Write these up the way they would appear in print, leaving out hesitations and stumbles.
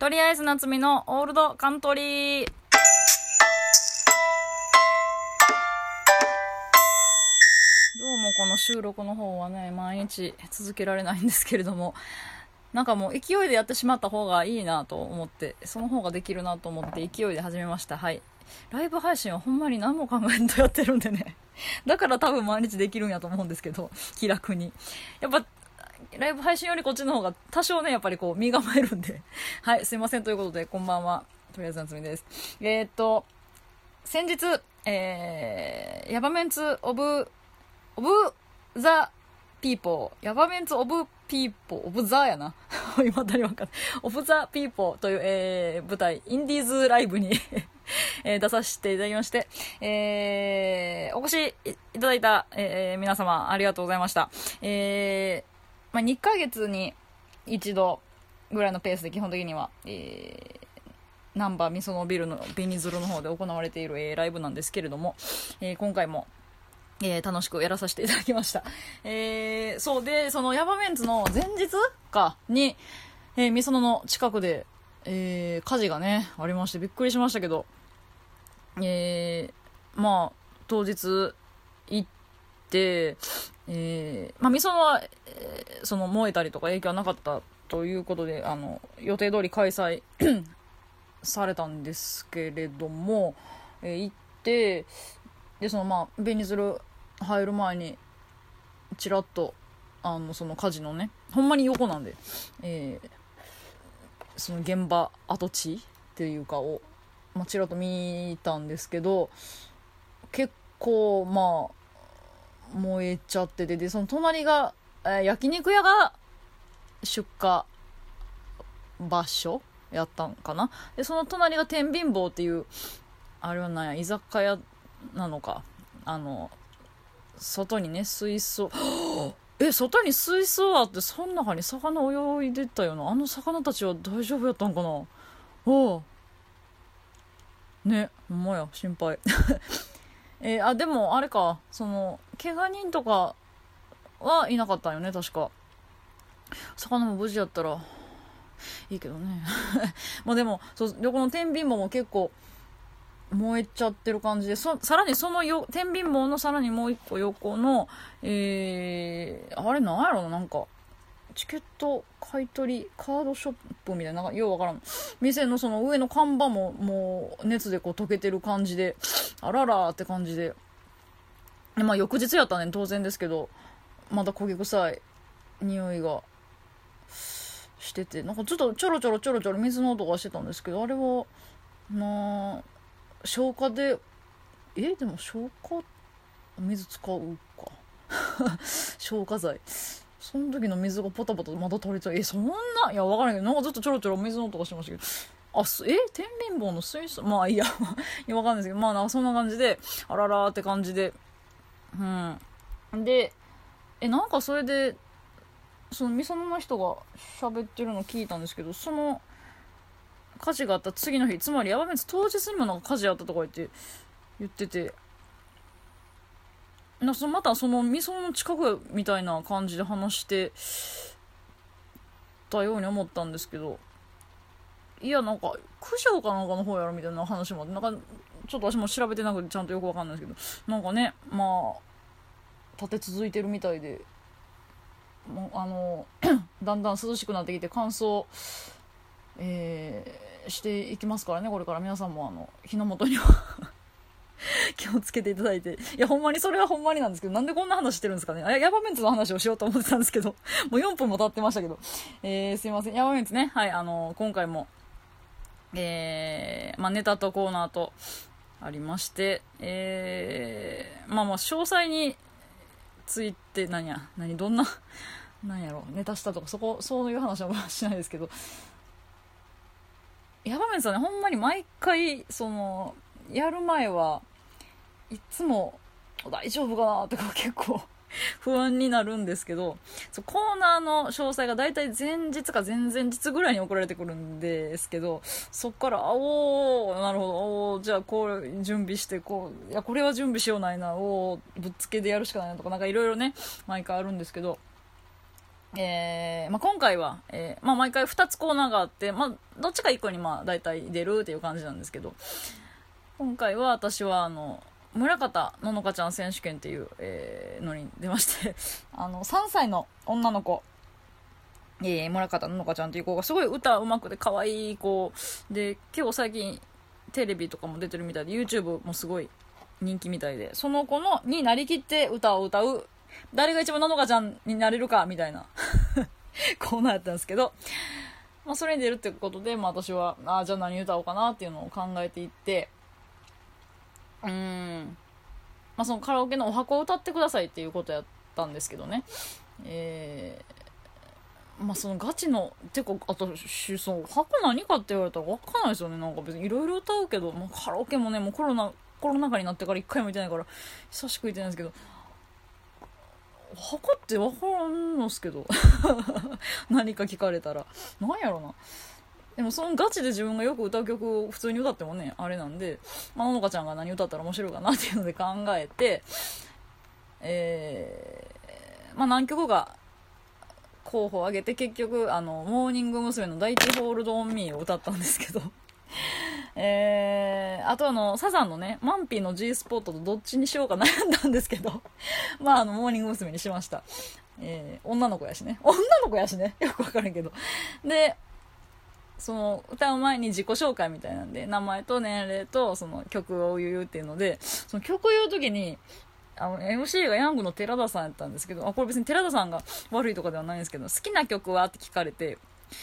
とりあえず夏美のオールドカントリー。どうもこの収録の方はね、毎日続けられないんですけれども、なんかもう勢いでやってしまった方がいいなと思って、その方ができるなと思って勢いで始めました。はい。ライブ配信はほんまに何も考えんとやってるんでね。だから多分毎日できるんやと思うんですけど、気楽に。やっぱ、ライブ配信よりこっちの方が多少ね、やっぱりこう身構えるんで。はい、すいません。ということで、こんばんは。とりあえず夏美です。先日、ヤバメンツオブザピーポー、ヤバメンツオブピーポー、オブザやな。今だにわかんない。オブザピーポーという、舞台、インディーズライブに出させていただきまして、お越しいただいた、皆様ありがとうございました。2ヶ月に一度ぐらいのペースで基本的には、ナンバーみそのビルのベニズルの方で行われている、ライブなんですけれども、今回も楽しくやらさせていただきました。そうで、そのヤバメンツの前日かに、みそのの近くで、火事がね、ありましてびっくりしましたけど、当日行って、みそのは、その燃えたりとか影響はなかったということで、予定通り開催されたんですけれども、行って、で、ベニズル入る前にちらっとその火事のね、ほんまに横なんで、その現場跡地っていうかを、ちらっと見たんですけど、結構燃えちゃってて、でその隣が、焼肉屋が出火場所やったんかな。でその隣が天秤棒っていう、あれは何や、居酒屋なのか、外にね水槽外に水槽あって、その中に魚泳いでたよな。あの魚たちは大丈夫やったんかな。おうね、ほんまや、心配でもあれか、その怪我人とかはいなかったんよね、確か。魚も無事やったらいいけどねでもそうで、この天秤棒も結構燃えちゃってる感じで、さらにその天秤棒のさらにもう一個横の、あれなんやろな、なんかチケット買い取りカードショップみたいな、なんかようわからん店のその上の看板ももう熱でこう溶けてる感じで、あららって感じで、翌日やったね、当然ですけど、まだ焦げ臭い匂いがしてて、なんかちょっとちょろちょろ水の音がしてたんですけど、あれは消火で、でも消火水使うか消火剤、その時の水がポタポタまだ足りてた。そんな、いやわからないけど、なんかずっとちょろちょろ水の音がしてましたけど、天秤棒の水素、いいやいやわかんないですけど、なんかそんな感じで、あららーって感じで、で、なんかそれでそのみそのの人が喋ってるの聞いたんですけど、その火事があった次の日、つまりヤバメンツ当日にもなんか火事あったとか言ってて、またそのみその近くみたいな感じで話してたように思ったんですけど、いや、なんか九条かなんかの方やろみたいな話もあって、なんかちょっと私も調べてなくてちゃんとよくわかんないですけど、なんかね、立て続いてるみたいで、もうだんだん涼しくなってきて乾燥、していきますからね、これから皆さんも火の元には気をつけていただいて。いや、ほんまにそれはほんまになんですけど、なんでこんな話してるんですかね。ヤバメンツの話をしようと思ってたんですけどもう4分も経ってましたけど、すいません。ヤバメンツね、はい、今回もネタとコーナーとありまして、詳細についてどんななんやろネタしたとかそういう話はしないですけど、ヤバメンツはね、ほんまに毎回そのやる前はいつも大丈夫かなとか結構不安になるんですけど、コーナーの詳細がだいたい前日か前々日ぐらいに送られてくるんですけど、そっからなるほど、じゃあこれ準備して、これは準備しようないな、ぶっつけでやるしかないなとか、なんかいろいろね毎回あるんですけど、 今回は、毎回2つコーナーがあって、どっちか1個に大体出るっていう感じなんですけど、今回は私は村方ののかちゃん選手権っていう、のに出まして3歳の女の子、村方ののかちゃんっていう子がすごい歌うまくて可愛い子で、結構最近テレビとかも出てるみたいで YouTube もすごい人気みたいで、その子になりきって歌を歌う、誰が一番ののかちゃんになれるかみたいなコーナーやったんですけど、それに出るってことで、私はじゃあ何歌おうかなっていうのを考えていって、そのカラオケのお箱を歌ってくださいっていうことやったんですけどね、そのガチのてか、あとその箱何かって言われたら分かんないですよね。なんか別にいろいろ歌うけど、カラオケもね、もうコロナ禍になってから一回も行ってないから久しく行ってないんですけど、箱って分からんのっすけど何か聞かれたらなんやろな。でもそのガチで自分がよく歌う曲を普通に歌ってもねあれなんで、ののかちゃんが何歌ったら面白いかなっていうので考えて、何曲か候補を挙げて、結局モーニング娘。の大地ホールドオンミーを歌ったんですけどあとサザンのねマンピーの G スポットとどっちにしようか悩んだんですけどモーニング娘。にしました。女の子やしねよくわからんけど、でその歌う前に自己紹介みたいなんで、名前と年齢とその曲を言うっていうので、その曲を言う時にMC がヤングの寺田さんやったんですけど、これ別に寺田さんが悪いとかではないんですけど、好きな曲はって聞かれて、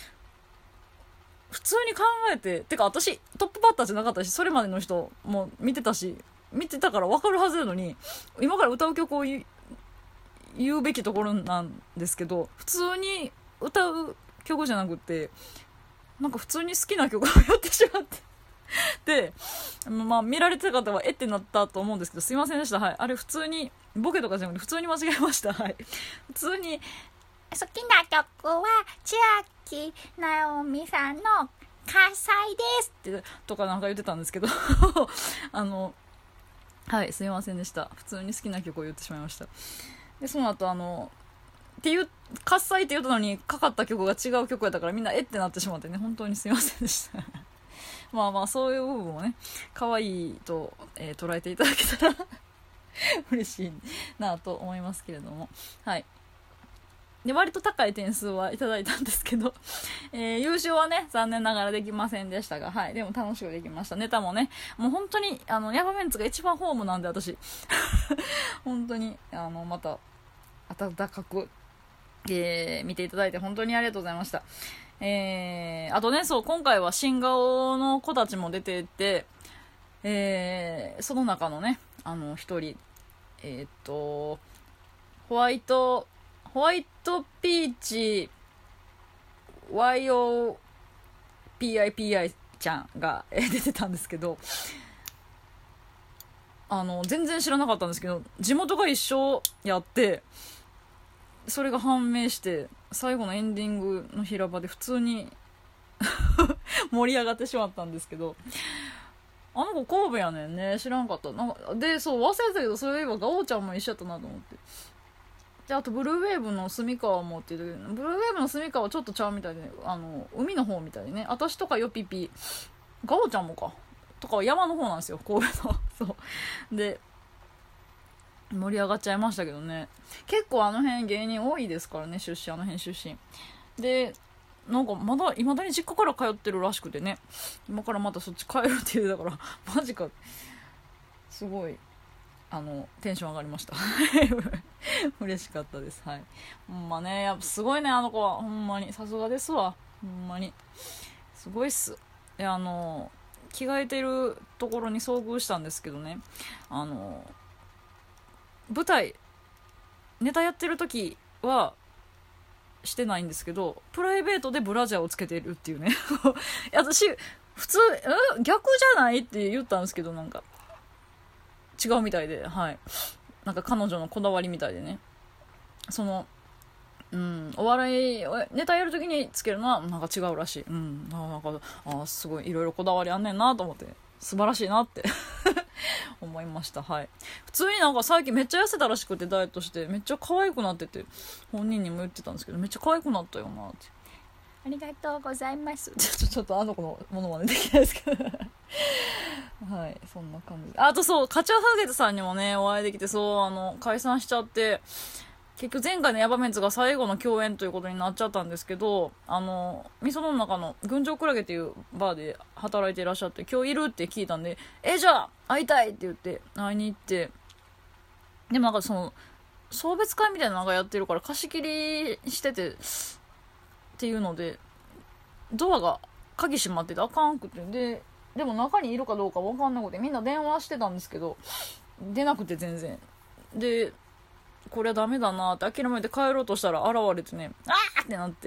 普通に考えて、てか私トップバッターじゃなかったし、それまでの人も見てたから分かるはずなのに、今から歌う曲を言うべきところなんですけど、普通に歌う曲じゃなくて、なんか普通に好きな曲をやってしまってで、見られてた方はってなったと思うんですけど、すいませんでした。はい、あれ普通にボケとかじゃなくて普通に間違えました。はい、普通に好きな曲は千秋直美さんの火災ですってとかなんか言ってたんですけどはい、すいませんでした。普通に好きな曲を言ってしまいました。でその後っていう喝采って言ったのにかかった曲が違う曲やったから、みんなってなってしまってね、本当にすいませんでしたそういう部分をね可愛いと、捉えていただけたら嬉しいなと思いますけれども、はい。で割と高い点数はいただいたんですけど、優勝はね残念ながらできませんでしたが、はい、でも楽しくできました。ネタもね、もう本当にヤバメンツが一番ホームなんで、私本当にまた温かく、見ていただいて本当にありがとうございました。あとね、そう今回は新顔の子たちも出てて、その中のね一人ホワイトピーチ YOPIPI ちゃんが出てたんですけど、全然知らなかったんですけど、地元が一緒やって、それが判明して最後のエンディングの平場で普通に盛り上がってしまったんですけど、あの子神戸やねんね、知らんかった。なんかでそう忘れてたけど、そういえばガオちゃんも一緒やったなと思って。であとブルーウェーブの住川もって言うけど、ブルーウェーブの住川はちょっとちゃうみたいで、海の方みたいでね、私とかヨピピガオちゃんもかとかは山の方なんですよ、神戸のそうで盛り上がっちゃいましたけどね。結構辺芸人多いですからね、出身で、なんかいまだに実家から通ってるらしくてね、今からまたそっち帰るっていうだからマジか、すごいテンション上がりました嬉しかったです。はい、ほんまね、やっぱすごいね、あの子はほんまにさすがですわ、ほんまにすごいっす。で着替えてるところに遭遇したんですけどね、舞台ネタやってる時はしてないんですけど、プライベートでブラジャーをつけてるっていうね私普通逆じゃないって言ったんですけど、なんか違うみたいで、はい、なんか彼女のこだわりみたいでね、お笑いネタやるときにつけるのはなんか違うらしい。なんかすごいいろいろこだわりあんねんなと思って、素晴らしいなって思いました。はい。普通になんか最近めっちゃ痩せたらしくて、ダイエットしてめっちゃ可愛くなってて、本人にも言ってたんですけど、めっちゃ可愛くなったよなって。 ありがとうございます。 ちょっとあの子のものまねできないですけどはい、そんな感じで。あとそう、カチョウフーゲツさんにもね、お会いできて、そう、解散しちゃって、結局前回のヤバメンツが最後の共演ということになっちゃったんですけど、味噌の中の群青クラゲっていうバーで働いていらっしゃって、今日いるって聞いたんで、じゃあ会いたいって言って会いに行って、でもなんか送別会みたいなのがやってるから貸し切りしててっていうので、ドアが鍵閉まっててあかんくて、でも中にいるかどうか分かんなくて、みんな電話してたんですけど出なくて、全然で、これはダメだなって諦めて帰ろうとしたら現れてね、あーってなって、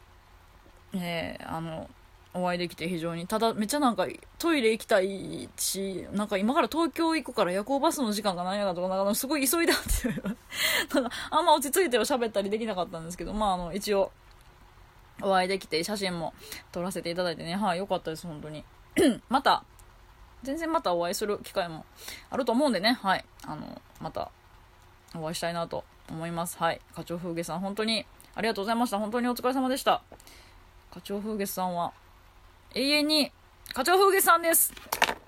お会いできて非常に、ただめっちゃなんかトイレ行きたいし、なんか今から東京行くから夜行バスの時間が何やかとか、なんかすごい急いだっていうただあんま落ち着いて喋ったりできなかったんですけど、一応お会いできて写真も撮らせていただいてね、はい、良かったです本当に全然またお会いする機会もあると思うんでね、はい、またお会いしたいなと思います。はい、花鳥風月さん本当にありがとうございました。本当にお疲れ様でした。花鳥風月さんは永遠に花鳥風月さんです。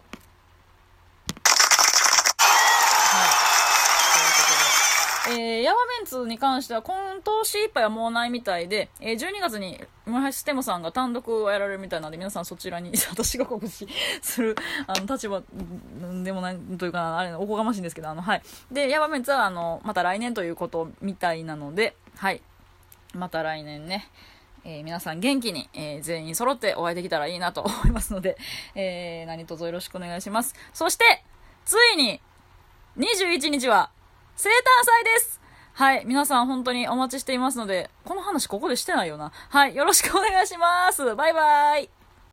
ヤマメンツに関しては今年いっぱいはもうないみたいで、12月に村橋ステムさんが単独をやられるみたいなので、皆さんそちらに私が告知する立場でもないというか、あれおこがましいんですけど、はい。でヤマメンツはまた来年ということみたいなので、はい、また来年ね、皆さん元気に、全員揃ってお会いできたらいいなと思いますので、何卒よろしくお願いします。そしてついに21日は生誕祭です。はい、皆さん本当にお待ちしていますので、この話ここでしてないよな。はい、よろしくお願いします。バイバイ。